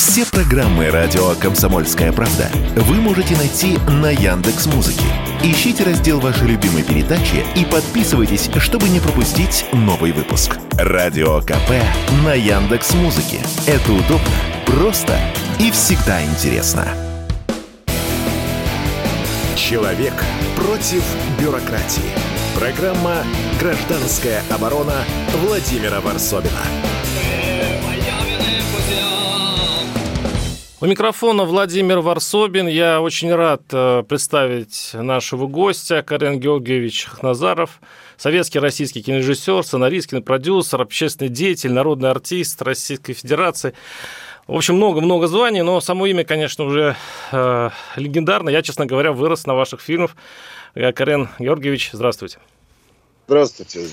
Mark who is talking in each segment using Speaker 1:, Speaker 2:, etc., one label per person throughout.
Speaker 1: Все программы радио «Комсомольская правда» вы можете найти на Яндекс.Музыке. Ищите раздел вашей любимой передачи и подписывайтесь, чтобы не пропустить новый выпуск. Радио КП на Яндекс.Музыке. Это удобно, просто и всегда интересно. Человек против бюрократии. Программа «Гражданская оборона» Владимира Варсобина.
Speaker 2: У микрофона Владимир Варсобин. Я очень рад представить нашего гостя Карен Георгиевич Хохназаров, советский российский кинорежиссер, сценарист, кинопродюсер, общественный деятель, народный артист Российской Федерации. В общем, много-много званий, но само имя, конечно, уже легендарно. Я, честно говоря, вырос на ваших фильмах. Карен Георгиевич, здравствуйте.
Speaker 3: Здравствуйте.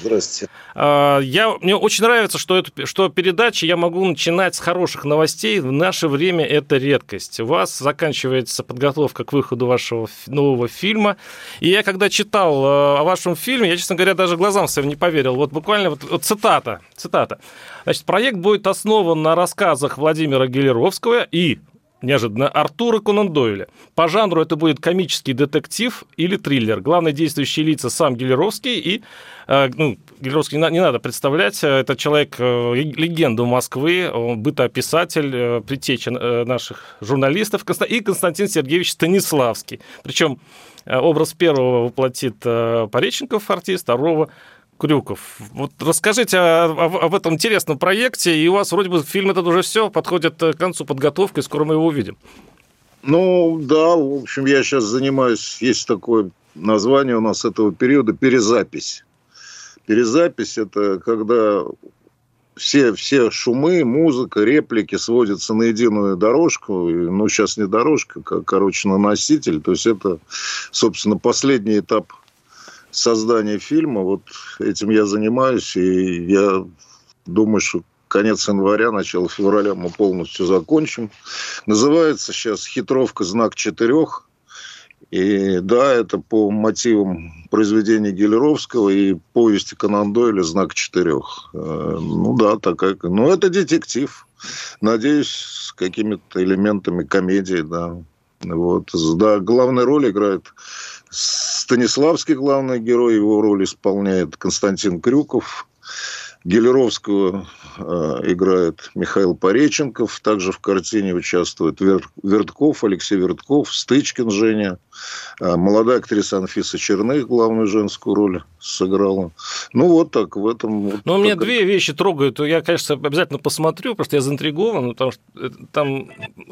Speaker 2: Мне очень нравится, что передачи я могу начинать с хороших новостей. В наше время это редкость. У вас заканчивается подготовка к выходу вашего нового фильма. И я, когда читал о вашем фильме, я, честно говоря, даже глазам своим не поверил. Вот буквально цитата. Значит, проект будет основан на рассказах Владимира Гелеровского и, неожиданно, Артура Конан Дойля. По жанру это будет комический детектив или триллер. Главные действующие лица сам Гелеровский и... Гелеровский не надо представлять. Это человек, легенда Москвы, бытописатель, предтеча наших журналистов, и Константин Сергеевич Станиславский. Причем образ первого воплотит Пореченков, артист, второго Крюков. Вот расскажите об этом интересном проекте, и у вас вроде бы фильм этот уже все, подходит к концу подготовки, и скоро мы его увидим.
Speaker 3: Ну, да, в общем, я сейчас занимаюсь, есть такое название у нас этого периода, перезапись. Перезапись – это когда все шумы, музыка, реплики сводятся на единую дорожку, ну, сейчас не дорожка, короче, на носитель, то есть это, собственно, последний этап создания фильма. Вот этим я занимаюсь, и я думаю, что конец января, начало февраля мы полностью закончим. Называется сейчас «Хитровка. Знак четырех». И да, это по мотивам произведения Гелеровского и повести Конан Дойля «Знак четырех». Ну да, такая. Ну, это детектив. Надеюсь, с какими-то элементами комедии, да. Вот. Да, главную роль играет Станиславский, главный герой, его роль исполняет Константин Крюков. Гелеровского играет Михаил Пореченков. Также в картине участвует Вертков, Алексей Вертков, Стычкин Женя. Молодая актриса Анфиса Черных главную женскую роль сыграла. Ну, вот так в этом... Вот.
Speaker 2: Ну, меня две вещи трогают. Я, конечно, обязательно посмотрю, просто я заинтригован, потому что там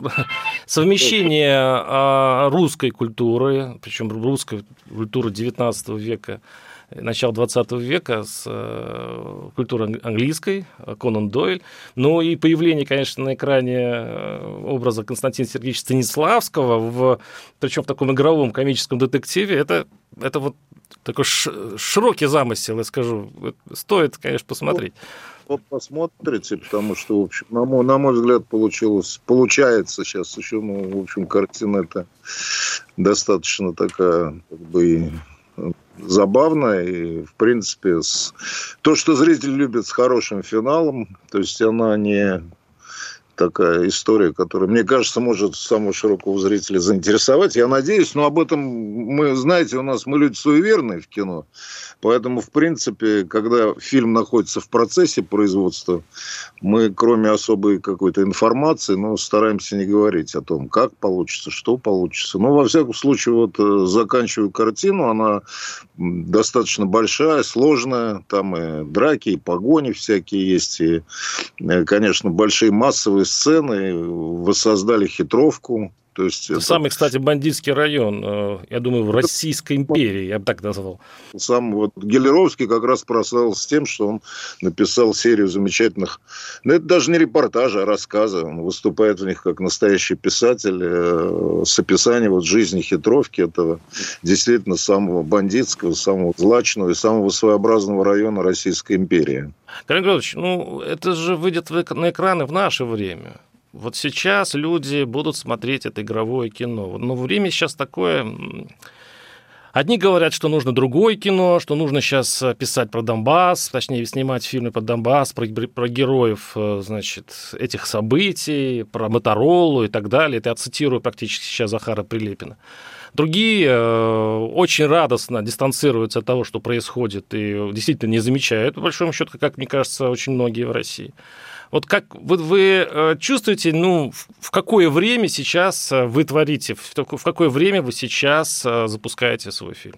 Speaker 2: совмещение русской культуры, причем русской культуры XIX века, начала 20 века с культурой английской, Конан Дойль. Ну и появление, конечно, на экране образа Константина Сергеевича Станиславского, причем в таком игровом комическом детективе, это вот такой широкий замысел, я скажу. Стоит, конечно, посмотреть.
Speaker 3: Вот посмотрите, потому что, в общем, на мой взгляд, получается сейчас еще, ну, в общем, картина эта достаточно такая, как бы, забавная, и, в принципе, то, что зритель любит, с хорошим финалом, то есть она не такая история, которая, мне кажется, может самого широкого зрителя заинтересовать. Я надеюсь, но об этом мы, знаете, мы люди суеверные в кино, поэтому, в принципе, когда фильм находится в процессе производства, мы, кроме особой какой-то информации, стараемся не говорить о том, как получится, что получится. Но, во всяком случае, вот заканчиваю картину, она достаточно большая, сложная, там и драки, и погони всякие есть, и, конечно, большие массовые сцены, воссоздали хитровку. То есть это
Speaker 2: самый, кстати, бандитский район, я думаю, в Российской империи, я бы так назвал.
Speaker 3: Сам вот Гелеровский как раз прославился тем, что он написал серию замечательных, это даже не репортажи, а рассказы. Он выступает в них как настоящий писатель с описанием вот жизни хитровки этого действительно самого бандитского, самого злачного и самого своеобразного района Российской империи.
Speaker 2: Карен Георгиевич, это же выйдет на экраны в наше время. Вот сейчас люди будут смотреть это игровое кино. Но время сейчас такое Одни говорят, что нужно другое кино, что нужно сейчас писать про Донбасс, точнее, снимать фильмы про Донбасс, про героев, значит, этих событий, про Моторолу и так далее. Это я цитирую практически сейчас Захара Прилепина. Другие очень радостно дистанцируются от того, что происходит, и действительно не замечают, по большому счету, как мне кажется, очень многие в России. Вот как вы чувствуете, в какое время сейчас вы творите, в какое время вы сейчас запускаете свой фильм?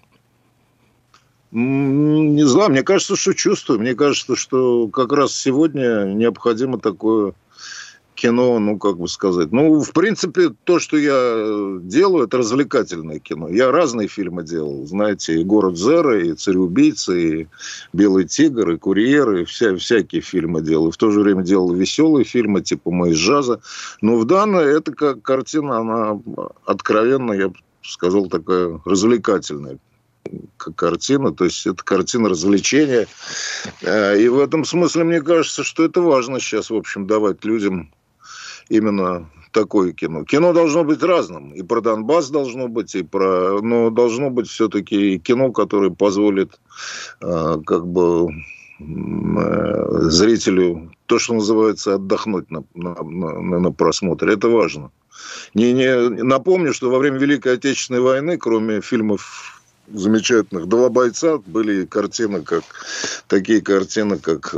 Speaker 3: Не знаю, мне кажется, что чувствую. Мне кажется, что как раз сегодня необходимо такое кино, как бы сказать. В принципе, то, что я делаю, это развлекательное кино. Я разные фильмы делал, знаете, и «Город Зеро», и «Царь-убийца», и «Белый тигр», и «Курьер», и всякие фильмы делал. И в то же время делал веселые фильмы, типа «Мы из джаза». Но в данной, эта картина, она откровенно, я бы сказал, такая развлекательная картина, то есть это картина развлечения. И в этом смысле мне кажется, что это важно сейчас, в общем, давать людям именно такое кино. Кино должно быть разным. И про Донбасс должно быть, но должно быть все-таки кино, которое позволит зрителю, то, что называется, отдохнуть на просмотре. Это важно. Напомню, что во время Великой Отечественной войны, кроме фильмов замечательных «Два бойца», были такие картины, как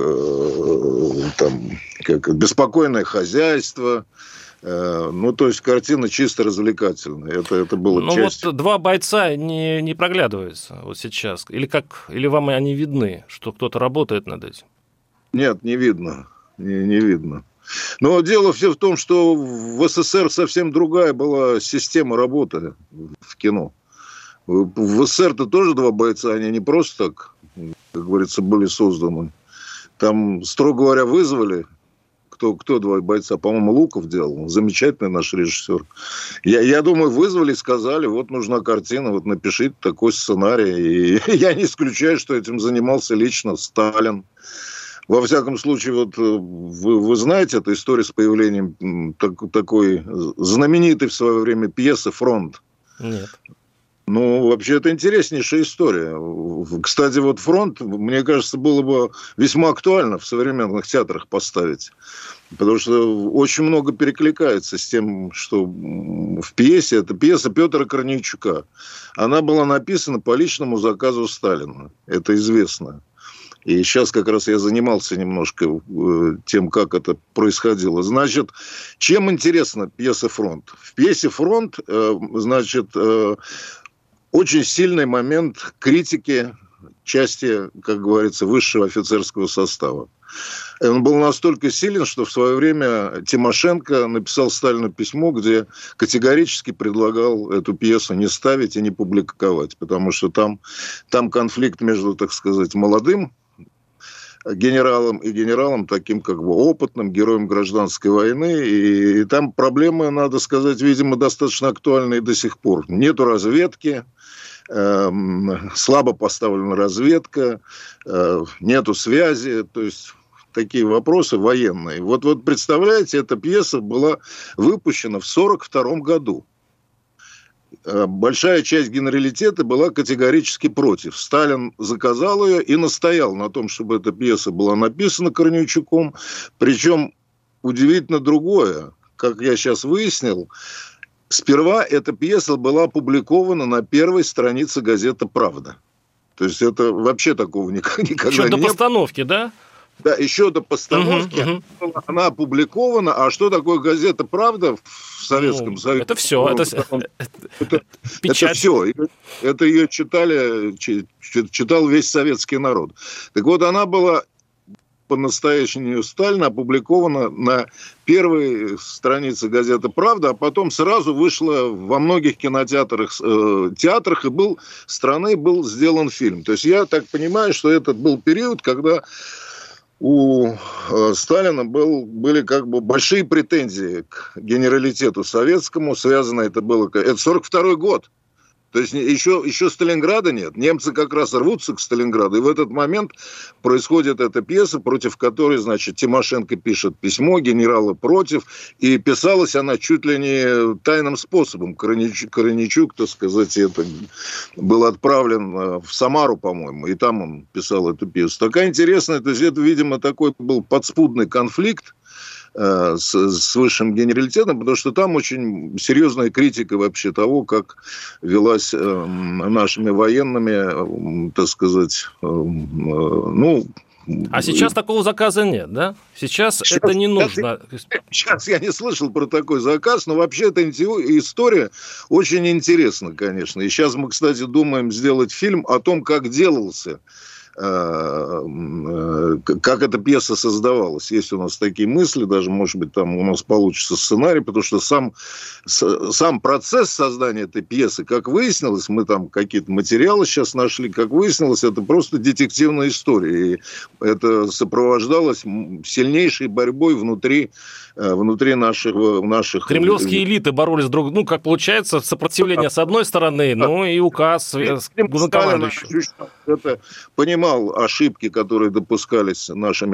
Speaker 3: «Беспокойное хозяйство». То есть картина чисто развлекательная. Это было частью.
Speaker 2: Вот «Два бойца» не проглядываются вот сейчас. Или вам они видны, что кто-то работает над этим?
Speaker 3: Нет, не видно. Не видно. Но дело все в том, что в СССР совсем другая была система работы в кино. В СССР-то тоже «Два бойца», они не просто так, как говорится, были созданы. Там, строго говоря, вызвали, кто «Два бойца», по-моему, Луков делал, замечательный наш режиссер. Я думаю, вызвали и сказали, вот нужна картина, вот напишите такой сценарий. И я не исключаю, что этим занимался лично Сталин. Во всяком случае, вот вы знаете эту историю с появлением такой знаменитой в свое время пьесы «Фронт»?
Speaker 2: Нет.
Speaker 3: Вообще, это интереснейшая история. Кстати, вот «Фронт», мне кажется, было бы весьма актуально в современных театрах поставить. Потому что очень много перекликается с тем, что в пьесе. Это пьеса Петра Корнейчука. Она была написана по личному заказу Сталина. Это известно. И сейчас как раз я занимался немножко тем, как это происходило. Значит, чем интересна пьеса «Фронт»? В пьесе «Фронт», очень сильный момент критики части, как говорится, высшего офицерского состава. Он был настолько силен, что в свое время Тимошенко написал Сталину письмо, где категорически предлагал эту пьесу не ставить и не публиковать, потому что там конфликт между, так сказать, молодым генералом и генералом таким опытным, героем гражданской войны. И там проблемы, надо сказать, видимо, достаточно актуальны и до сих пор. Нету разведки, слабо поставлена разведка, нету связи, то есть такие вопросы военные. Вот представляете, эта пьеса была выпущена в 1942 году. Большая часть генералитета была категорически против. Сталин заказал ее и настоял на том, чтобы эта пьеса была написана Корнейчуком. Причем удивительно другое, как я сейчас выяснил, сперва эта пьеса была опубликована на первой странице газеты «Правда». То есть это вообще такого никогда не было.
Speaker 2: Еще до постановки, да?
Speaker 3: Да, еще до постановки она опубликована. А что такое газета «Правда» в Советском Союзе?
Speaker 2: Это все. Это
Speaker 3: все. Это ее читал весь советский народ. Так вот, она была по настоящему Сталина опубликована на первой странице газеты «Правда», а потом сразу вышла во многих кинотеатрах, театрах, и был сделан фильм. То есть я так понимаю, что это был период, когда у Сталина были большие претензии к генералитету советскому, связано это было... Это 1942 год. То есть еще Сталинграда нет. Немцы как раз рвутся к Сталинграду. И в этот момент происходит эта пьеса, против которой, значит, Тимошенко пишет письмо, генералы против. И писалась она чуть ли не тайным способом. Кореничук, так сказать, это был отправлен в Самару, по-моему. И там он писал эту пьесу. Такая интересная. То есть это, видимо, такой был подспудный конфликт с высшим генералитетом, потому что там очень серьезная критика вообще того, как велась нашими военными, так сказать,
Speaker 2: А сейчас такого заказа нет, да? Сейчас это не нужно.
Speaker 3: Сейчас я не слышал про такой заказ, но вообще эта история очень интересна, конечно. И сейчас мы, кстати, думаем сделать фильм о том, как делался, как эта пьеса создавалась. Есть у нас такие мысли, даже, может быть, там у нас получится сценарий, потому что сам процесс создания этой пьесы, как выяснилось, мы там какие-то материалы сейчас нашли, как выяснилось, это просто детективная история. И это сопровождалось сильнейшей борьбой внутри наших...
Speaker 2: Кремлевские элиты боролись друг с другом, как получается, сопротивление с одной стороны, ну и указ главнокомандующего.
Speaker 3: Это понимал ошибки, которые допускались нашим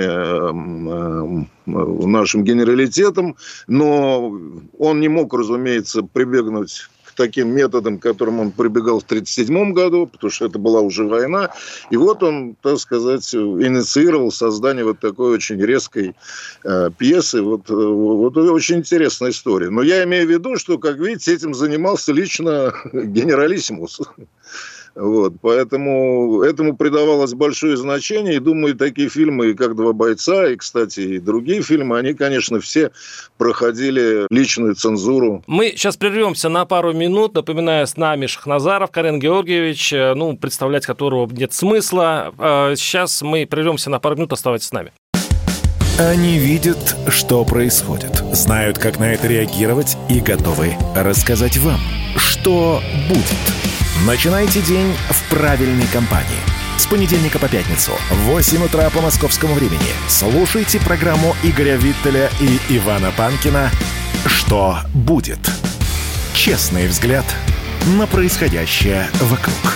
Speaker 3: генералитетом, но он не мог, разумеется, прибегнуть к таким методам, к которым он прибегал в 1937 году, потому что это была уже война. И вот он, так сказать, инициировал создание вот такой очень резкой пьесы. Вот очень интересная история. Но я имею в виду, что, как видите, этим занимался лично генералиссимус. Вот, поэтому этому придавалось большое значение. И думаю, такие фильмы, как «Два бойца», и, кстати, и другие фильмы, они, конечно, все проходили личную цензуру.
Speaker 2: Мы сейчас прервемся на пару минут. Напоминаю, с нами Шахназаров Карен Георгиевич, представлять которого нет смысла. Сейчас мы прервемся на пару минут. Оставайтесь с нами.
Speaker 1: Они видят, что происходит, знают, как на это реагировать и готовы рассказать вам, что будет. Начинайте день в правильной компании. С понедельника по пятницу в 8 утра по московскому времени слушайте программу Игоря Виттеля и Ивана Панкина «Что будет?». Честный взгляд на происходящее вокруг.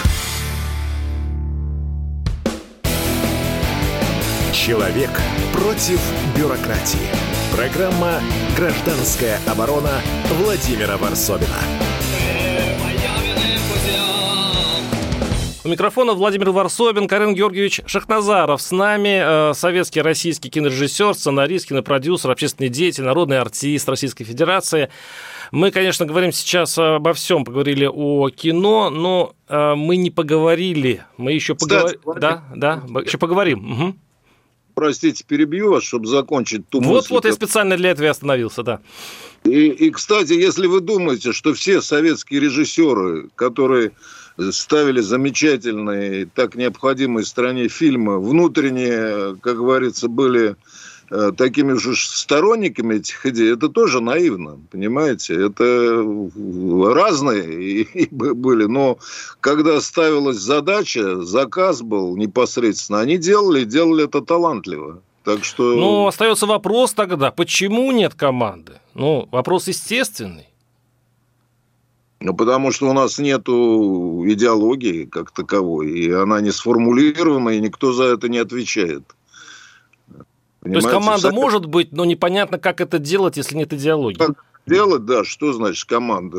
Speaker 1: Человек против бюрократии. Программа «Гражданская оборона» Владимира Варсобина.
Speaker 2: У микрофона Владимир Варсобин, Карен Георгиевич Шахназаров. С нами советский, российский кинорежиссер, сценарист, кинопродюсер, общественный деятель, народный артист Российской Федерации. Мы, конечно, говорим сейчас обо всем, поговорили о кино, но мы не поговорили. Мы еще поговорим. Да, еще поговорим. Угу.
Speaker 3: Простите, перебью вас, чтобы закончить ту мысль.
Speaker 2: Вот я специально для этого и остановился, да.
Speaker 3: И, кстати, если вы думаете, что все советские режиссеры, которые ставили замечательные, так необходимые стране фильмы, внутренне, как говорится, были такими же сторонниками этих идей, это тоже наивно, понимаете? Это разные были, но когда ставилась задача, заказ был непосредственно, они делали это талантливо. Так что...
Speaker 2: Ну, остается вопрос тогда, почему нет команды? Вопрос естественный.
Speaker 3: Потому что у нас нету идеологии как таковой, и она не сформулирована, и никто за это не отвечает.
Speaker 2: Понимаете? То есть команда может быть, но непонятно, как это делать, если нет идеологии.
Speaker 3: Как делать, да, что значит команда?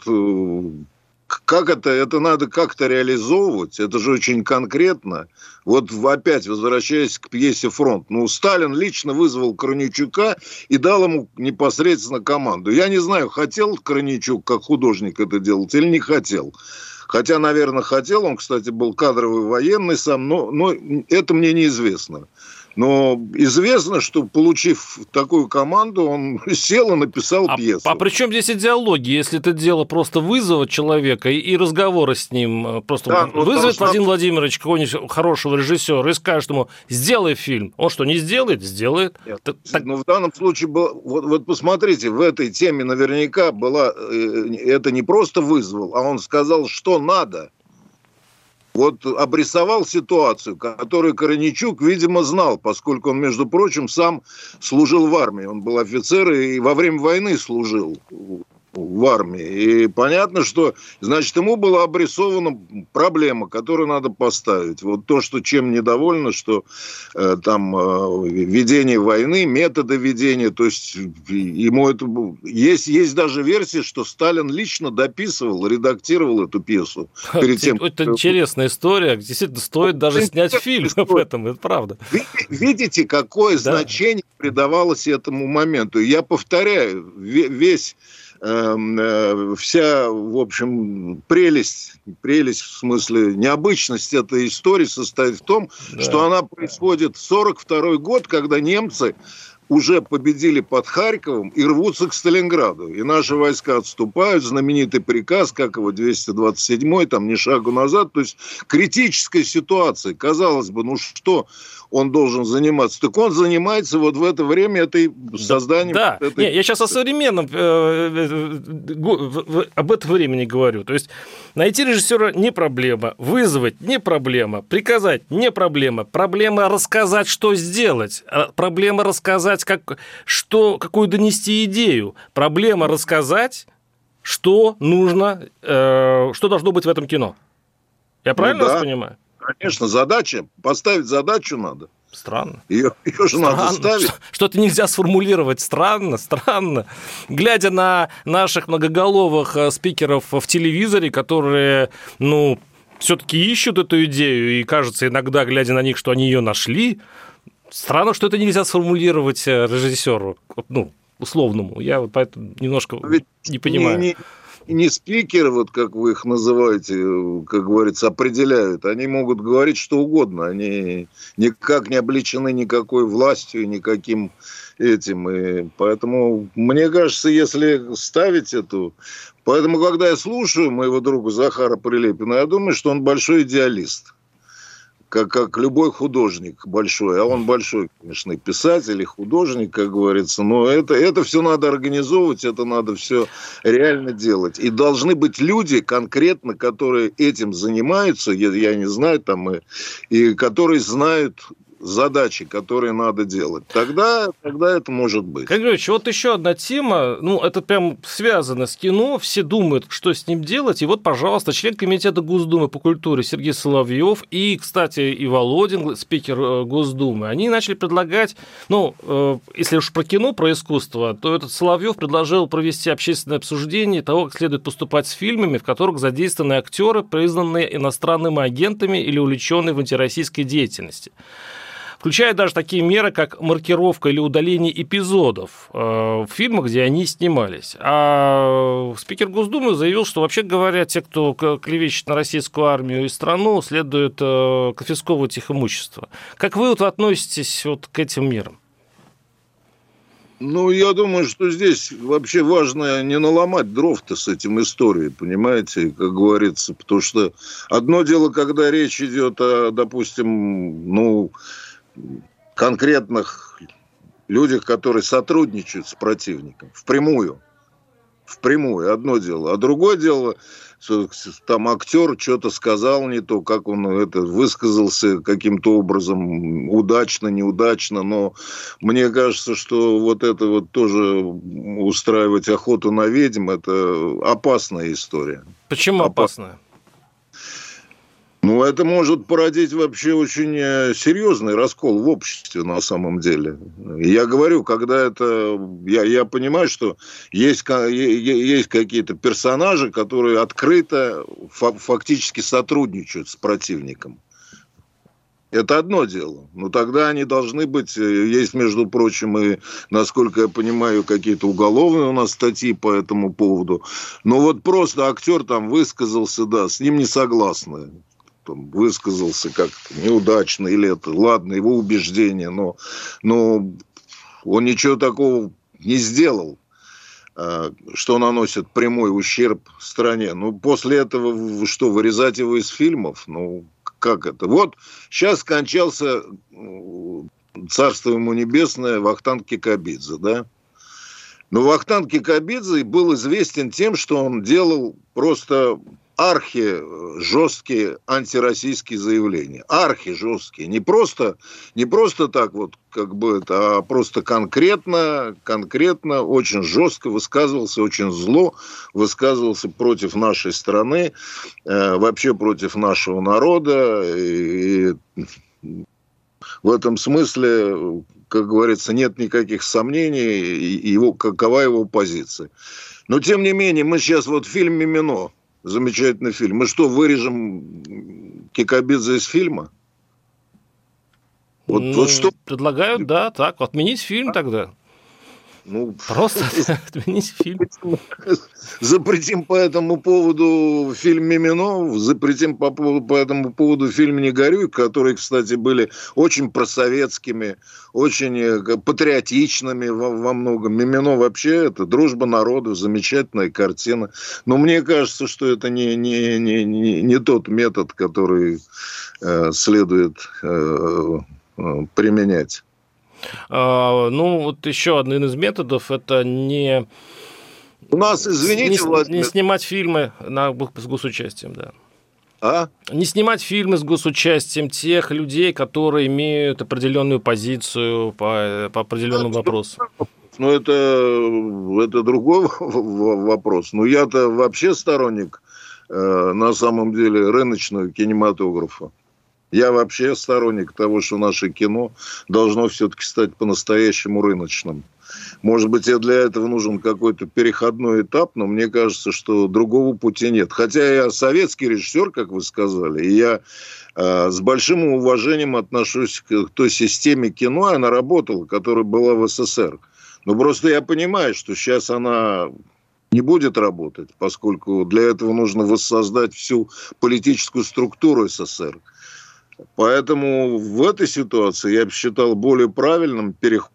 Speaker 3: Как это надо как-то реализовывать, это же очень конкретно. Вот опять возвращаясь к пьесе «Фронт». Сталин лично вызвал Корничука и дал ему непосредственно команду. Я не знаю, хотел Корничук как художник это делать или не хотел. Хотя, наверное, хотел. Он, кстати, был кадровый военный сам, но это мне неизвестно. Но известно, что, получив такую команду, он сел и написал пьесу.
Speaker 2: А при чем здесь идеология, если это дело просто вызова человека и разговора с ним? Просто вызовет Владимир Владимирович какого-нибудь хорошего режиссера и скажет ему, сделай фильм. Он что, не сделает? Сделает.
Speaker 3: Нет, в данном случае, вот посмотрите, в этой теме наверняка была, это не просто вызвал, а он сказал, что надо. Вот обрисовал ситуацию, которую Корничук, видимо, знал, поскольку он, между прочим, сам служил в армии. Он был офицер и во время войны служил. в армии. И понятно, что, значит, ему была обрисована проблема, которую надо поставить. Вот то, что чем недовольно, что там ведение войны, методы ведения, то есть ему это... Есть даже версия, что Сталин лично дописывал, редактировал эту пьесу. Перед тем,
Speaker 2: это интересная история, действительно, стоит даже снять фильм об этом, это правда.
Speaker 3: Видите, какое значение придавалось этому моменту. Я повторяю, вся, в общем, прелесть, в смысле, необычность этой истории состоит в том, что она происходит в 1942 год, когда немцы уже победили под Харьковом и рвутся к Сталинграду. И наши войска отступают, знаменитый приказ, как его, 227-й, там, ни шагу назад. То есть критическая ситуация. Казалось бы, ну что он должен заниматься? Так он занимается вот в это время созданием...
Speaker 2: Да,
Speaker 3: этой...
Speaker 2: я сейчас о современном, об этом времени говорю. То есть найти режиссера не проблема, вызвать не проблема, приказать не проблема. Проблема рассказать, что сделать. Проблема рассказать, какую донести идею. Проблема рассказать, что нужно, что должно быть в этом кино. Я правильно вас понимаю?
Speaker 3: Конечно, поставить задачу надо.
Speaker 2: Странно.
Speaker 3: Ее же надо ставить.
Speaker 2: Что-то нельзя сформулировать. Странно. Глядя на наших многоголовых спикеров в телевизоре, которые, все-таки ищут эту идею, и кажется иногда, глядя на них, что они ее нашли, странно, что это нельзя сформулировать режиссеру, условному. Я вот поэтому немножко не понимаю.
Speaker 3: Не спикеры, вот как вы их называете, как говорится, определяют. Они могут говорить что угодно. Они никак не облечены никакой властью, никаким этим. И поэтому, мне кажется, если ставить эту... Поэтому, когда я слушаю моего друга Захара Прилепина, я думаю, что он большой идеалист. Как любой художник большой, а он большой, конечно, писатель и художник, как говорится, но это все надо организовывать, это надо все реально делать. И должны быть люди конкретно, которые этим занимаются, я не знаю, и которые знают задачи, которые надо делать. Тогда это может быть.
Speaker 2: Игорь Григорьевич, вот еще одна тема, это прям связано с кино, все думают, что с ним делать, и вот, пожалуйста, член комитета Госдумы по культуре Сергей Соловьев и, кстати, и Володин, спикер Госдумы, они начали предлагать, если уж про кино, про искусство, то этот Соловьев предложил провести общественное обсуждение того, как следует поступать с фильмами, в которых задействованы актеры, признанные иностранными агентами или увлеченные в антироссийской деятельности. Включая даже такие меры, как маркировка или удаление эпизодов в фильмах, где они снимались. А спикер Госдумы заявил, что, вообще говоря, те, кто клевещет на российскую армию и страну, следует конфисковывать их имущество. Как вы относитесь к этим мерам?
Speaker 3: Я думаю, что здесь вообще важно не наломать дров-то с этим историей, понимаете, как говорится. Потому что одно дело, когда речь идет о, допустим, конкретных людях, которые сотрудничают с противником впрямую одно дело, а другое дело, что там актер что-то сказал не то, как он высказался каким-то образом, удачно, неудачно, но мне кажется, что это тоже устраивать охоту на ведьм, это опасная история.
Speaker 2: Почему опасная?
Speaker 3: Это может породить вообще очень серьезный раскол в обществе на самом деле. Я говорю, когда я понимаю, что есть какие-то персонажи, которые открыто фактически сотрудничают с противником. Это одно дело. Но тогда они должны быть... Есть, между прочим, и, насколько я понимаю, какие-то уголовные у нас статьи по этому поводу. Но просто актер высказался, с ним не согласны. Высказался как-то неудачно, или ладно, его убеждение, но он ничего такого не сделал, что наносит прямой ущерб стране. После этого вырезать его из фильмов? Как это? Сейчас скончался, царство ему небесное, Вахтанг Кикабидзе, да? Но Вахтанг Кикабидзе был известен тем, что он делал просто архи-жесткие антироссийские заявления. Архи-жесткие. Не просто так вот, как бы это, а просто конкретно, очень жестко высказывался, очень зло высказывался против нашей страны, вообще против нашего народа. И в этом смысле, как говорится, нет никаких сомнений, какова его позиция. Но, тем не менее, мы сейчас вот в фильме «Мимино», замечательный фильм, мы что, вырежем Кикабидзе из фильма? Вот что?
Speaker 2: Предлагают, да, так, отменить фильм тогда. Просто отменить фильм.
Speaker 3: Запретим по этому поводу фильм «Мимино», запретим по этому поводу фильм «Не горюй», которые, кстати, были очень просоветскими, очень патриотичными во многом. «Мимино» вообще это «Дружба народов», замечательная картина. Но мне кажется, что это не тот метод, который следует применять.
Speaker 2: Вот еще один из методов – это не...
Speaker 3: У нас, извините,
Speaker 2: не снимать фильмы с госучастием, да.
Speaker 3: А?
Speaker 2: Не снимать фильмы с госучастием тех людей, которые имеют определенную позицию по определенным вопросам.
Speaker 3: Ну, это другой вопрос. Ну, я-то вообще сторонник, на самом деле, рыночного кинематографа. Я вообще сторонник того, что наше кино должно все-таки стать по-настоящему рыночным. Может быть, для этого нужен какой-то переходной этап, но мне кажется, что другого пути нет. Хотя я советский режиссер, как вы сказали, и я с большим уважением отношусь к той системе кино, она работала, которая была в СССР. Но просто я понимаю, что сейчас она не будет работать, поскольку для этого нужно воссоздать всю политическую структуру СССР. Поэтому в этой ситуации я бы считал более правильным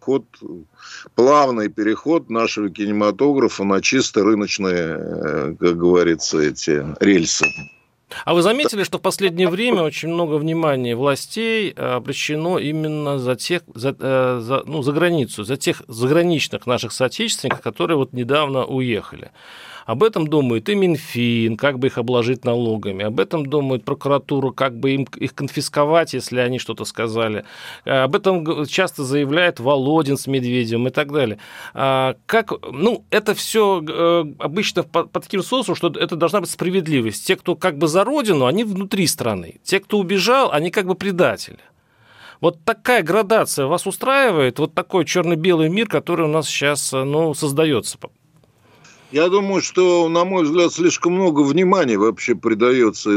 Speaker 3: плавный переход нашего кинематографа на чисто рыночные, как говорится, эти рельсы.
Speaker 2: А вы заметили, что в последнее время очень много внимания властей обращено именно за границу, за тех заграничных наших соотечественников, которые вот недавно уехали? Об этом думает и Минфин, как бы их обложить налогами. Об этом думает прокуратура, как бы их конфисковать, если они что-то сказали. Об этом часто заявляет Володин с Медведевым и так далее. Это все обычно под таким соусом, что это должна быть справедливость. Те, кто как бы за родину, они внутри страны. Те, кто убежал, они как бы предатели. Вот такая градация вас устраивает? Вот такой черно-белый мир, который у нас сейчас создается?
Speaker 3: Я думаю, что, на мой взгляд, слишком много внимания вообще придается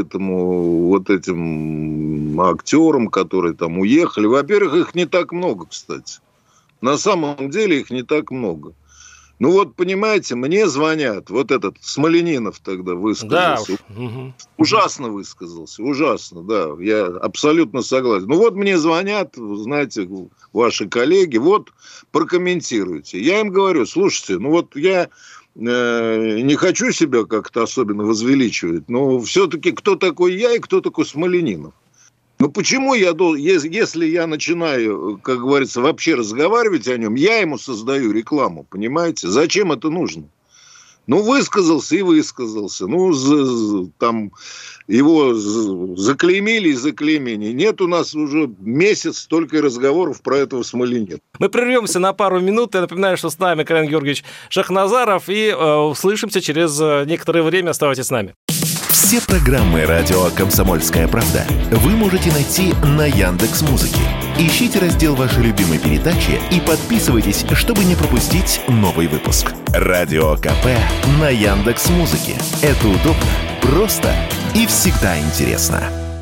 Speaker 3: этим актерам, которые там уехали. Во-первых, их не так много, кстати. На самом деле их не так много. Ну вот, понимаете, мне звонят, вот этот Смоленинов тогда высказался. Да. Ужасно высказался, ужасно, да, я абсолютно согласен. Ну вот мне звонят, знаете, ваши коллеги, вот прокомментируйте. Я им говорю, слушайте, я не хочу себя как-то особенно возвеличивать, но все-таки кто такой я и кто такой Смоленинов? Ну, почему если я начинаю, как говорится, вообще разговаривать о нем, я ему создаю рекламу, понимаете? Зачем это нужно? Высказался и высказался. Там его заклеймили и заклеймили. Нет у нас уже месяц столько разговоров про этого Смоленинова.
Speaker 2: Мы прервемся на пару минут. Я напоминаю, что с нами Карен Георгиевич Шахназаров. И услышимся через некоторое время. Оставайтесь с нами.
Speaker 1: Все программы «Радио Комсомольская правда» вы можете найти на Яндекс.Музыке. Ищите раздел вашей любимой передачи и подписывайтесь, чтобы не пропустить новый выпуск. Радио КП на Яндекс.Музыке. Это удобно, просто и всегда интересно.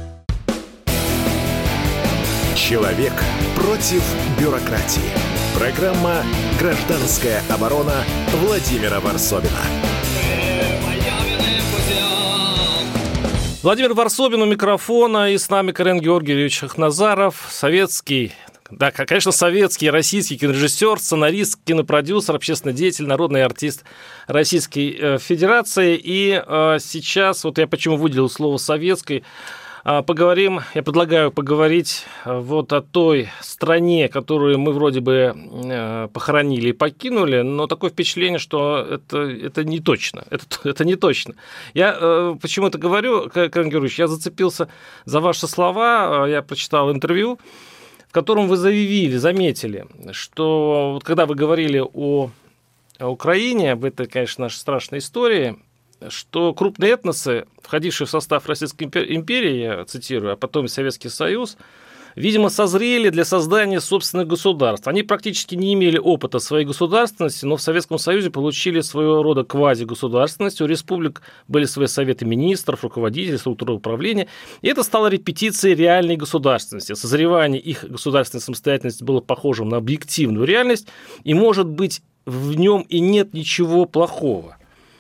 Speaker 1: Человек против бюрократии. Программа «Гражданская оборона» Владимира Варсобина.
Speaker 2: Владимир Варсобин у микрофона, и с нами Карен Георгиевич Шахназаров, советский, российский кинорежиссер, сценарист, кинопродюсер, общественный деятель, народный артист Российской Федерации. И сейчас, вот я почему выделил слово «советский», поговорим, я предлагаю поговорить вот о той стране, которую мы вроде бы похоронили и покинули, но такое впечатление, что это не точно. Это не точно. Я почему это говорю, Карен Георгиевич, я зацепился за ваши слова, я прочитал интервью, в котором вы заметили, что вот когда вы говорили о Украине, об этой, конечно, нашей страшной истории, что крупные этносы, входившие в состав Российской империи, я цитирую, а потом Советский Союз, видимо, созрели для создания собственных государств. Они практически не имели опыта своей государственности, но в Советском Союзе получили своего рода квазигосударственность. У республик были свои советы министров, руководителей, структуры управления. И это стало репетицией реальной государственности. Созревание их государственной самостоятельности было похожим на объективную реальность, и, может быть, в нем и нет ничего плохого.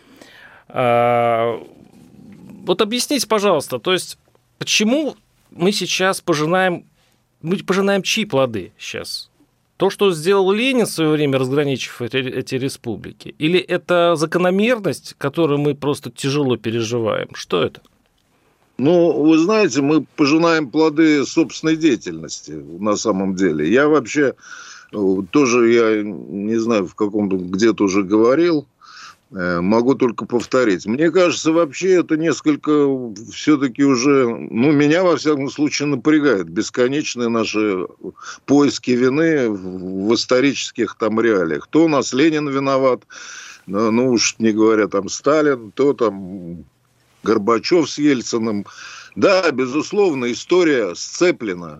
Speaker 2: Вот объясните, пожалуйста, то есть почему мы сейчас пожинаем чьи плоды сейчас? То, что сделал Ленин в свое время, разграничив эти республики? Или это закономерность, которую мы просто тяжело переживаем? Что это?
Speaker 3: Ну, вы знаете, мы пожинаем плоды собственной деятельности на самом деле. Я вообще тоже, я не знаю, в каком-то где-то уже говорил, могу только повторить. Мне кажется, вообще это несколько все-таки уже, меня во всяком случае напрягает бесконечные наши поиски вины в исторических там реалиях. То у нас Ленин виноват, уж не говоря там Сталин, то там Горбачев с Ельциным. Да, безусловно, история сцеплена.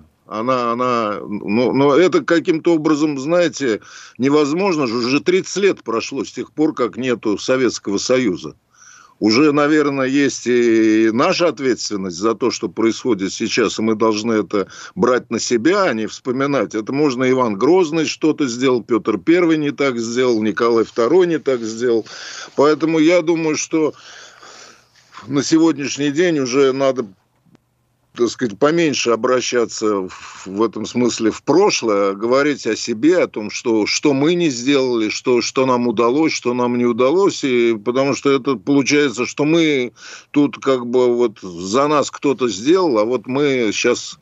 Speaker 3: Но это каким-то образом, знаете, невозможно же. Уже 30 лет прошло с тех пор, как нету Советского Союза. Уже, наверное, есть и наша ответственность за то, что происходит сейчас, и мы должны это брать на себя, а не вспоминать. Это можно Иван Грозный что-то сделал, Петр I не так сделал, Николай II не так сделал. Поэтому я думаю, что на сегодняшний день уже надо, так сказать, поменьше обращаться в этом смысле в прошлое, а говорить о себе, о том, что мы не сделали, что нам удалось, что нам не удалось, и потому что это получается, что мы тут как бы вот за нас кто-то сделал, а вот мы сейчас,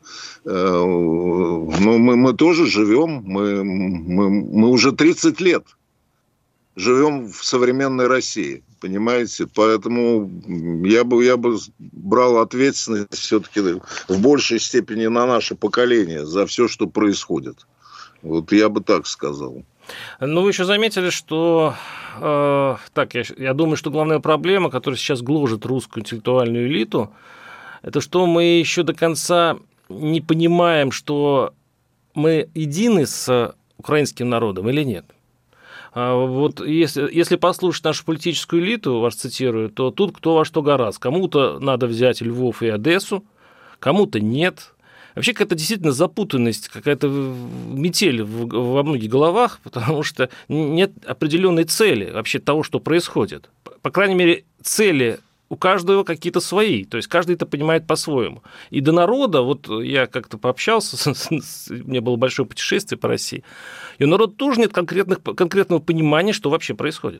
Speaker 3: мы тоже живем, мы уже 30 лет живем в современной России. Понимаете? Поэтому я бы брал ответственность все-таки в большей степени на наше поколение за все, что происходит. Вот я бы так сказал.
Speaker 2: Ну, вы еще заметили, что я думаю, что главная проблема, которая сейчас гложет русскую интеллектуальную элиту, это что мы еще до конца не понимаем, что мы едины с украинским народом или нет. Вот если послушать нашу политическую элиту, вас цитирую, то тут кто во что гораст. Кому-то надо взять Львов и Одессу, кому-то нет. Вообще какая-то действительно запутанность, какая-то метель во многих головах, потому что нет определенной цели вообще того, что происходит. По крайней мере, цели у каждого какие-то свои, то есть каждый это понимает по-своему. И до народа, вот я как-то пообщался, у меня было большое путешествие по России, и у народа тоже нет конкретного понимания, что вообще происходит.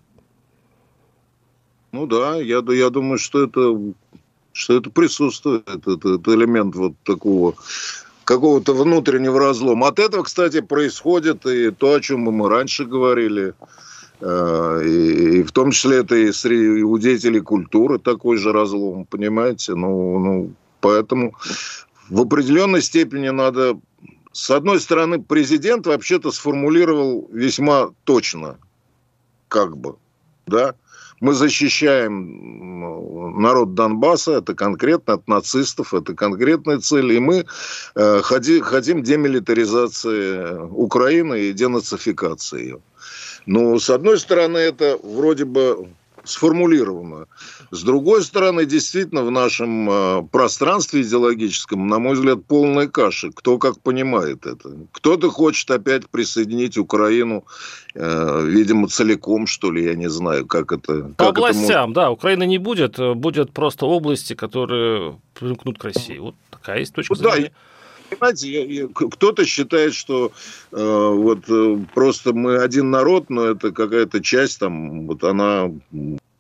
Speaker 3: Ну да, я думаю, что это присутствует, этот элемент вот такого какого-то внутреннего разлома. От этого, кстати, происходит и то, о чем мы раньше говорили, и в том числе это и среди у деятелей культуры такой же разлом, понимаете? Поэтому в определенной степени надо... С одной стороны, президент вообще-то сформулировал весьма точно, как бы, да? Мы защищаем народ Донбасса, это конкретно от нацистов, это конкретная цель, и мы хотим демилитаризации Украины и денацификации ее. Но, с одной стороны, это вроде бы сформулировано. С другой стороны, действительно, в нашем пространстве идеологическом, на мой взгляд, полная каша. Кто как понимает это. Кто-то хочет опять присоединить Украину, видимо, целиком, что ли, я не знаю, как это...
Speaker 2: По областям, да, Украины не будет, будут просто области, которые примкнут к России. Вот такая есть точка зрения.
Speaker 3: Понимаете, кто-то считает, что просто мы один народ, но это какая-то часть там, вот она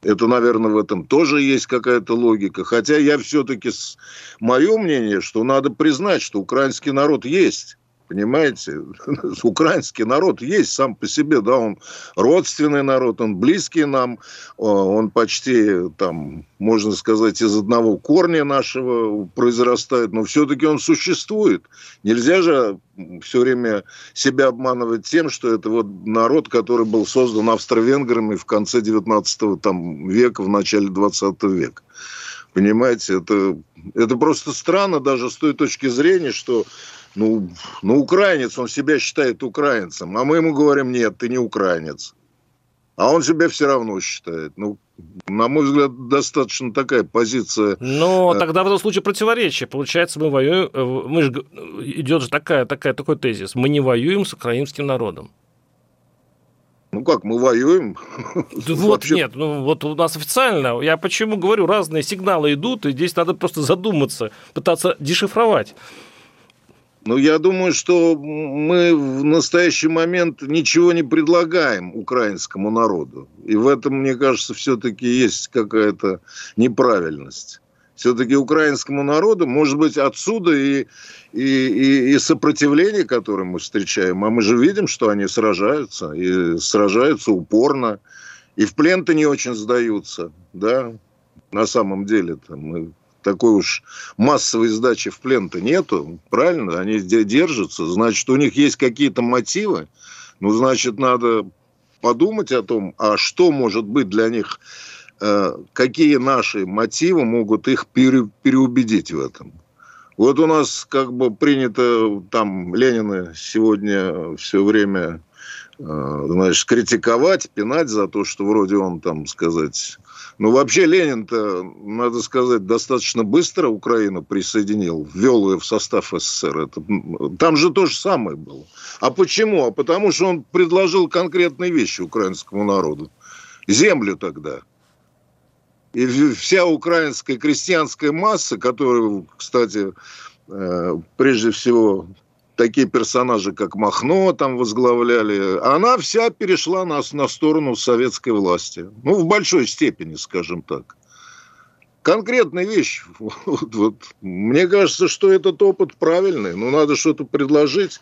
Speaker 3: Это, наверное, в этом тоже есть какая-то логика. Хотя я все-таки, мое мнение, что надо признать, что украинский народ есть. Понимаете? Украинский народ есть сам по себе, да, он родственный народ, он близкий нам, он почти, там, можно сказать, из одного корня нашего произрастает, но все-таки он существует. Нельзя же все время себя обманывать тем, что это вот народ, который был создан австро-венграми в конце 19 века, в начале 20 века. Понимаете, это просто странно даже с той точки зрения, что украинец, он себя считает украинцем, а мы ему говорим, нет, ты не украинец. А он себя все равно считает. На мой взгляд, достаточно такая позиция.
Speaker 2: Но тогда в этом случае противоречие. Получается, мы воюем, идет же такой тезис. Мы не воюем с украинским народом.
Speaker 3: Как, мы воюем?
Speaker 2: Нет, вот у нас официально, я почему говорю, разные сигналы идут, и здесь надо просто задуматься, пытаться дешифровать.
Speaker 3: Я думаю, что мы в настоящий момент ничего не предлагаем украинскому народу. И в этом, мне кажется, все-таки есть какая-то неправильность. Все-таки украинскому народу, может быть, отсюда и сопротивление, которое мы встречаем. А мы же видим, что они сражаются, и сражаются упорно. И в плен-то не очень сдаются, да. На самом деле-то мы... Такой уж массовой сдачи в плен-то нету, правильно? Они держатся, значит, у них есть какие-то мотивы. Значит, надо подумать о том, а что может быть для них, какие наши мотивы могут их переубедить в этом. Вот у нас как бы принято там Ленина сегодня все время, критиковать, пинать за то, что вроде он там, сказать... вообще Ленин-то, надо сказать, достаточно быстро Украину присоединил, ввел ее в состав СССР. Там же то же самое было. А почему? А потому что он предложил конкретные вещи украинскому народу. Землю тогда. И вся украинская крестьянская масса, которую, кстати, прежде всего... Такие персонажи, как Махно там возглавляли, она вся перешла на сторону советской власти. В большой степени, скажем так. Конкретная вещь. Мне кажется, что этот опыт правильный. Надо что-то предложить.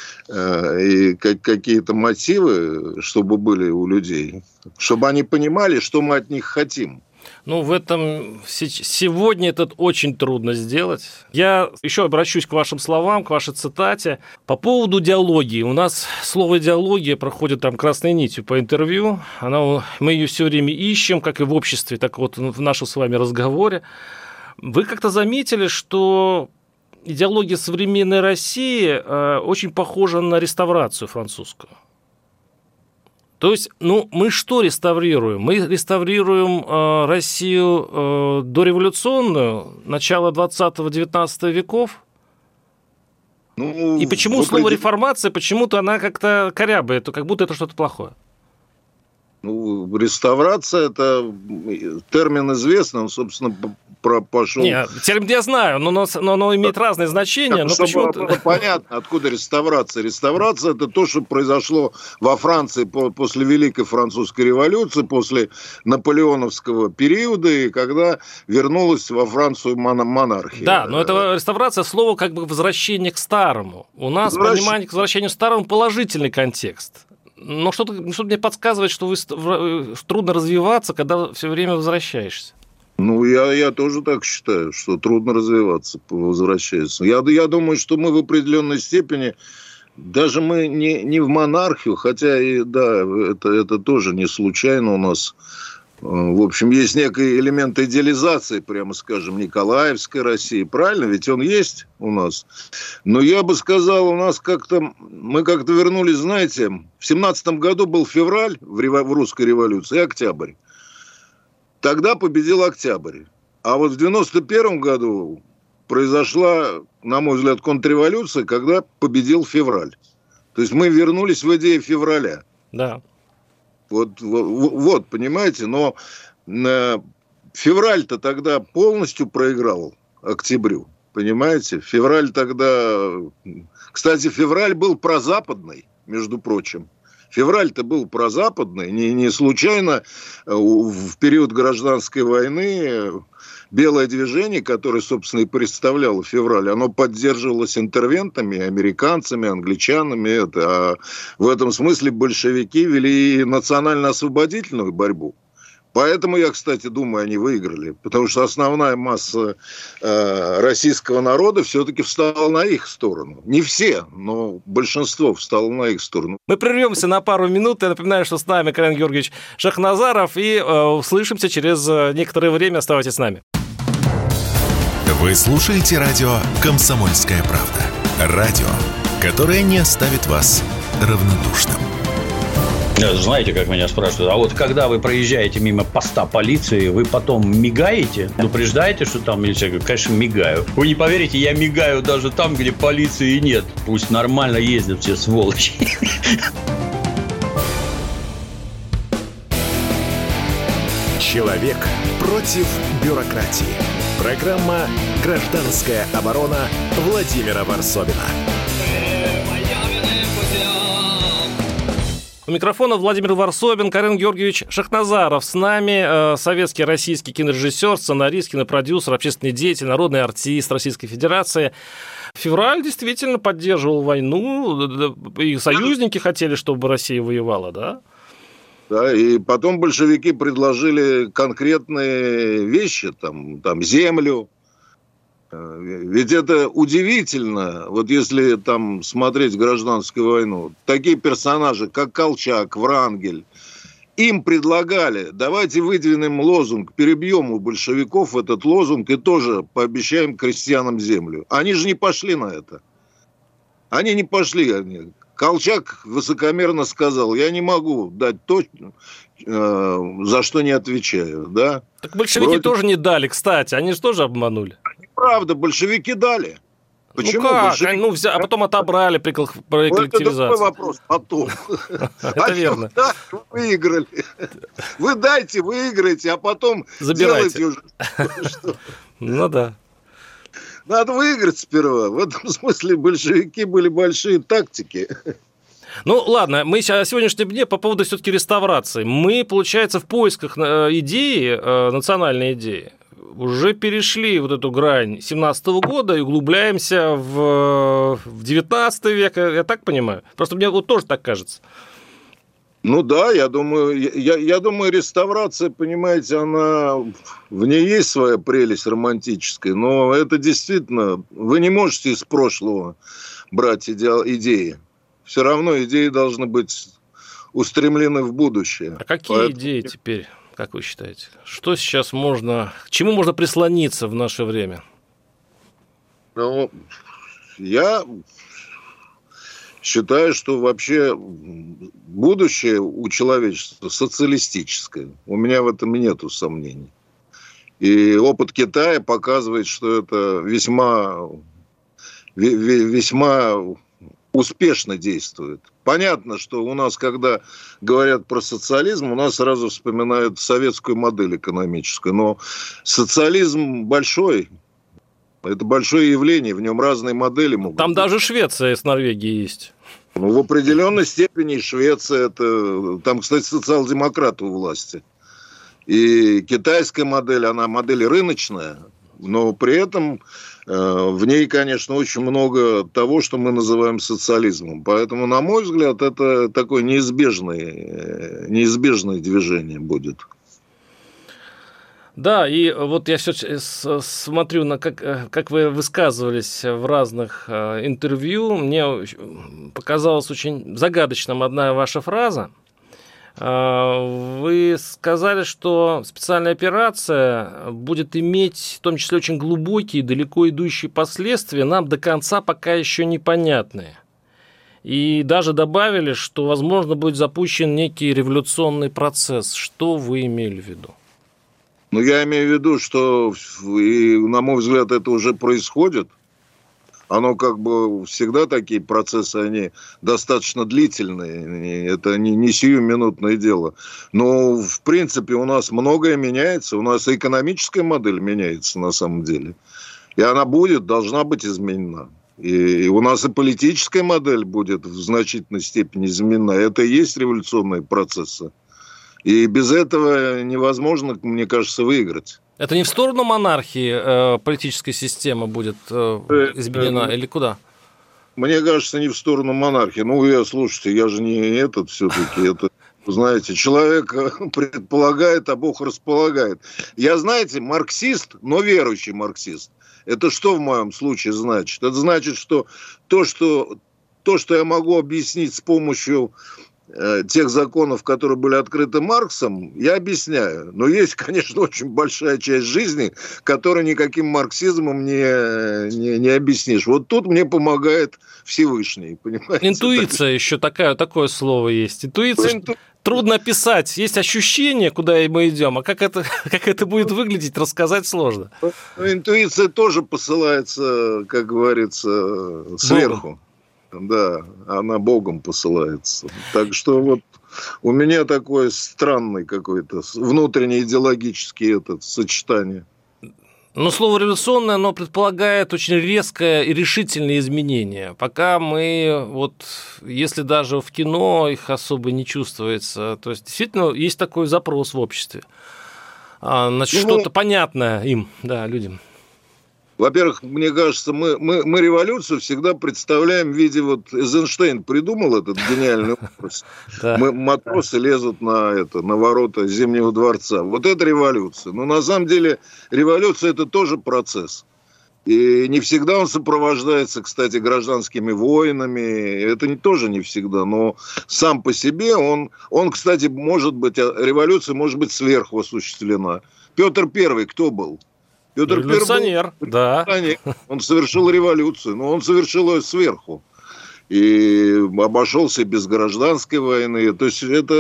Speaker 3: И какие-то мотивы, чтобы были у людей. Чтобы они понимали, что мы от них хотим.
Speaker 2: В этом сегодня это очень трудно сделать. Я еще обращусь к вашим словам, к вашей цитате. По поводу идеологии. У нас слово «идеология» проходит там красной нитью по интервью. Мы ее все время ищем, как и в обществе, так вот в нашем с вами разговоре. Вы как-то заметили, что идеология современной России очень похожа на реставрацию французскую? То есть, мы что реставрируем? Мы реставрируем Россию дореволюционную, начало 20-19 веков? И почему слово «реформация», почему-то она как-то корябает, как будто это что-то плохое?
Speaker 3: Реставрация – это термин известный, он, собственно, пошел...
Speaker 2: Нет, термин я знаю, но оно имеет разные значения.
Speaker 3: Чтобы было понятно, откуда реставрация. Реставрация – это то, что произошло во Франции после Великой Французской революции, после наполеоновского периода, и когда вернулась во Францию монархия.
Speaker 2: Да, но это реставрация – слово как бы возвращение к старому. У нас понимание к возвращению к старому – положительный контекст. Но что-то мне подсказывает, что трудно развиваться, когда все время возвращаешься.
Speaker 3: Я тоже так считаю, что трудно развиваться, возвращаясь. Я думаю, что мы в определенной степени, даже мы не в монархию, хотя и да, это тоже не случайно у нас. В общем, есть некий элемент идеализации, прямо скажем, Николаевской России. Правильно? Ведь он есть у нас. Но я бы сказал, мы как-то вернулись, знаете, в 17-м году был февраль в русской революции и октябрь. Тогда победил октябрь. А вот в 91-м году произошла, на мой взгляд, контрреволюция, когда победил февраль. То есть мы вернулись в идею февраля.
Speaker 2: Да.
Speaker 3: Вот, понимаете, но февраль-то тогда полностью проиграл октябрю, понимаете? Февраль тогда... Кстати, февраль был прозападный, между прочим. Февраль-то был прозападный, не случайно в период гражданской войны белое движение, которое, собственно, и представляло февраль, оно поддерживалось интервентами, американцами, англичанами. А в этом смысле большевики вели национально-освободительную борьбу. Поэтому я, кстати, думаю, они выиграли. Потому что основная масса российского народа все-таки встала на их сторону. Не все, но большинство встало на их сторону.
Speaker 2: Мы прервемся на пару минут. Я напоминаю, что с нами Карен Георгиевич Шахназаров. И услышимся через некоторое время. Оставайтесь с нами.
Speaker 1: Вы слушаете радио «Комсомольская правда». Радио, которое не оставит вас равнодушным.
Speaker 4: Знаете, как меня спрашивают, а вот когда вы проезжаете мимо поста полиции, вы потом мигаете? Предупреждаете, что там милиция? Я говорю, конечно, мигаю. Вы не поверите, я мигаю даже там, где полиции нет. Пусть нормально ездят все сволочи.
Speaker 1: Человек против бюрократии. Программа «Гражданская оборона» Владимира Варсобина.
Speaker 2: У микрофона Владимир Варсобин, Карен Георгиевич Шахназаров. С нами советский, российский кинорежиссер, сценарист, кинопродюсер, общественный деятель, народный артист Российской Федерации. Февраль действительно поддерживал войну, и союзники хотели, чтобы Россия воевала, да?
Speaker 3: Да, и потом большевики предложили конкретные вещи, там землю. Ведь это удивительно, вот если там смотреть гражданскую войну, такие персонажи, как Колчак, Врангель, им предлагали, давайте выдвинем лозунг, перебьем у большевиков этот лозунг и тоже пообещаем крестьянам землю. Они же не пошли на это. Они не пошли. Колчак высокомерно сказал, я не могу дать то, за что не отвечаю. Да?
Speaker 2: Так большевики тоже не дали, кстати, они же тоже обманули.
Speaker 3: Правда, большевики дали. Почему?
Speaker 2: Ну как? А потом отобрали при коллективизации. Это
Speaker 3: другой вопрос. Потом.
Speaker 2: Это верно.
Speaker 3: Да, выиграли. Вы дайте, выиграете, а потом делайте уже.
Speaker 2: Ну да.
Speaker 3: Надо выиграть сперва. В этом смысле большевики были большие тактики.
Speaker 2: Ну, ладно, мы о сегодняшнем дне по поводу все-таки реставрации. Мы, получается, в поисках идеи, национальной идеи, уже перешли вот эту грань 17-го года и углубляемся в 19 век, я так понимаю? Просто мне вот тоже так кажется.
Speaker 3: Ну да, я думаю, реставрация, понимаете, в ней есть своя прелесть романтическая, но это действительно, вы не можете из прошлого брать идеи. Все равно идеи должны быть устремлены в будущее.
Speaker 2: А какие идеи теперь? Как вы считаете? Что сейчас к чему можно прислониться в наше время?
Speaker 3: Ну, я считаю, что вообще будущее у человечества социалистическое. У меня в этом нету сомнений. И опыт Китая показывает, что это весьма успешно действует. Понятно, что у нас, когда говорят про социализм, у нас сразу вспоминают советскую модель экономическую. Но социализм большой. Это большое явление, в нем разные модели могут
Speaker 2: Там
Speaker 3: быть.
Speaker 2: Даже Швеция с Норвегией есть.
Speaker 3: Ну, в определенной степени Швеция, там, кстати, социал-демократы у власти. И китайская модель, она модель рыночная, но при этом в ней, конечно, очень много того, что мы называем социализмом. Поэтому, на мой взгляд, это такое неизбежное движение будет.
Speaker 2: Да, и вот я все смотрю, как вы высказывались в разных интервью. Мне показалась очень загадочным одна ваша фраза. Вы сказали, что специальная операция будет иметь в том числе очень глубокие, далеко идущие последствия, нам до конца пока еще непонятные. И даже добавили, что, возможно, будет запущен некий революционный процесс. Что вы имели в виду?
Speaker 3: Ну, я имею в виду, что, и, на мой взгляд, это уже происходит. Оно как бы всегда такие процессы, они достаточно длительные, это не сиюминутное дело. Но, в принципе, у нас многое меняется, у нас экономическая модель меняется на самом деле. И она должна быть изменена. И у нас и политическая модель будет в значительной степени изменена. Это и есть революционные процессы. И без этого невозможно, мне кажется, выиграть.
Speaker 2: Это не в сторону монархии политическая система будет изменена или куда?
Speaker 3: Мне кажется, не в сторону монархии. Слушайте, я же не этот все-таки. Это, знаете, человек предполагает, а Бог располагает. Я, знаете, марксист, но верующий марксист. Это что в моем случае значит? Это значит, что то, что я могу объяснить с помощью тех законов, которые были открыты Марксом, я объясняю. Но есть, конечно, очень большая часть жизни, которую никаким марксизмом не объяснишь. Вот тут мне помогает Всевышний, понимаете?
Speaker 2: Интуиция еще такое слово есть. Интуиция трудно описать. Есть ощущение, куда мы идем, а как это будет выглядеть, рассказать сложно.
Speaker 3: Интуиция тоже посылается, как говорится, сверху. Богом. Да, она Богом посылается. Так что вот у меня такое странное какое-то внутреннее идеологическое сочетание.
Speaker 2: Но слово «революционное», оно предполагает очень резкое и решительное изменение. Пока мы, если даже в кино их особо не чувствуется, то есть действительно есть такой запрос в обществе. Значит, что-то понятное им, да, людям.
Speaker 3: Во-первых, мне кажется, мы революцию всегда представляем в виде, Эйзенштейн придумал этот гениальный образ. Матросы лезут на ворота Зимнего дворца. Вот это революция. Но на самом деле революция – это тоже процесс. И не всегда он сопровождается, кстати, гражданскими войнами. Это тоже не всегда. Но сам по себе он, кстати, революция может быть сверху осуществлена. Петр I кто был? Петр
Speaker 2: революционер, да.
Speaker 3: Он совершил революцию, но он совершил ее сверху. И обошелся без гражданской войны. То есть это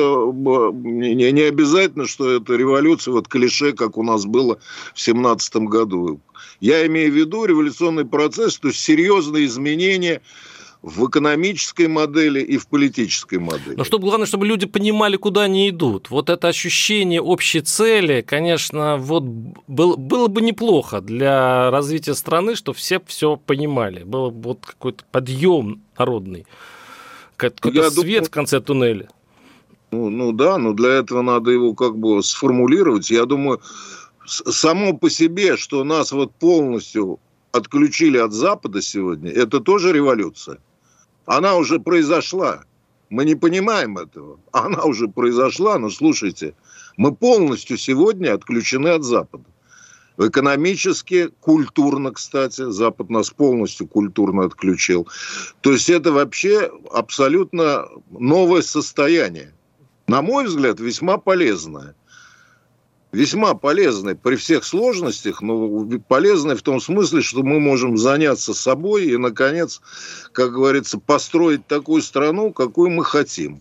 Speaker 3: не обязательно, что это революция, клише, как у нас было в 1917 году. Я имею в виду революционный процесс, то есть серьезные изменения в экономической модели и в политической модели.
Speaker 2: Но главное, чтобы люди понимали, куда они идут. Вот это ощущение общей цели, конечно, было бы неплохо для развития страны, чтобы все понимали. Был бы какой-то подъем народный, какой-то свет в конце туннеля.
Speaker 3: Да, но для этого надо его сформулировать. Я думаю, само по себе, что нас полностью отключили от Запада сегодня, это тоже революция. Она уже произошла. Мы не понимаем этого. Она уже произошла, но слушайте, мы полностью сегодня отключены от Запада. Экономически, культурно, кстати, Запад нас полностью культурно отключил. То есть это вообще абсолютно новое состояние. На мой взгляд, весьма полезное. Весьма полезный при всех сложностях, но полезный в том смысле, что мы можем заняться собой и, наконец, как говорится, построить такую страну, какую мы хотим.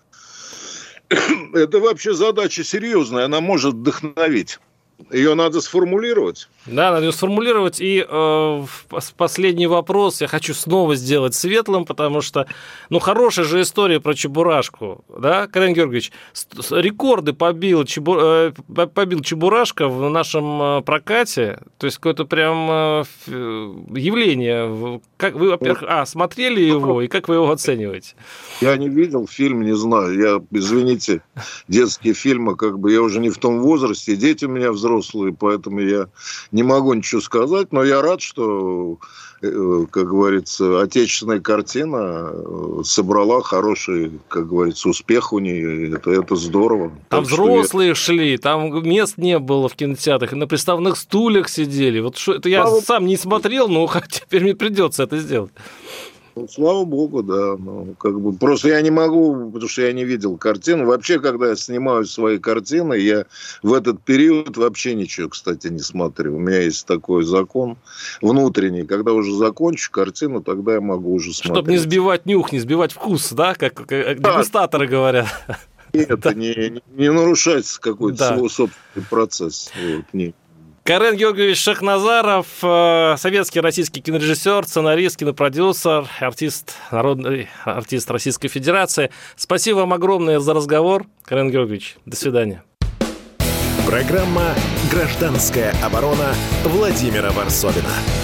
Speaker 3: Это вообще задача серьезная, она может вдохновить. Ее надо сформулировать.
Speaker 2: Да, надо ее сформулировать. И последний вопрос я хочу снова сделать светлым, потому что, хорошая же история про Чебурашку, да, Карен Георгиевич? Рекорды побил Чебурашка в нашем прокате, то есть какое-то прям явление. Как вы, во-первых, смотрели его, и как вы его оцениваете?
Speaker 3: Я не видел фильм, не знаю. Извините, детские фильмы, я уже не в том возрасте, дети у меня взрослые, поэтому я не могу ничего сказать, но я рад, что, как говорится, отечественная картина собрала хороший, как говорится, успех у нее. Это здорово.
Speaker 2: Там взрослые шли, там мест не было в кинотеатрах, и на приставных стульях сидели. Это я сам не смотрел, но теперь мне придется это сделать.
Speaker 3: Слава богу, да. Просто я не могу, потому что я не видел картину. Вообще, когда я снимаю свои картины, я в этот период вообще ничего, кстати, не смотрю. У меня есть такой закон внутренний. Когда уже закончу картину, тогда я могу уже смотреть.
Speaker 2: Чтобы не сбивать нюх, не сбивать вкус, да, как дегустаторы говорят.
Speaker 3: Нет, не нарушать какой-то свой собственный процесс. Нет.
Speaker 2: Карен Георгиевич Шахназаров, советский российский кинорежиссер, сценарист, кинопродюсер, народный артист Российской Федерации. Спасибо вам огромное за разговор, Карен Георгиевич. До свидания.
Speaker 1: Программа «Гражданская оборона» Владимира Варсовина.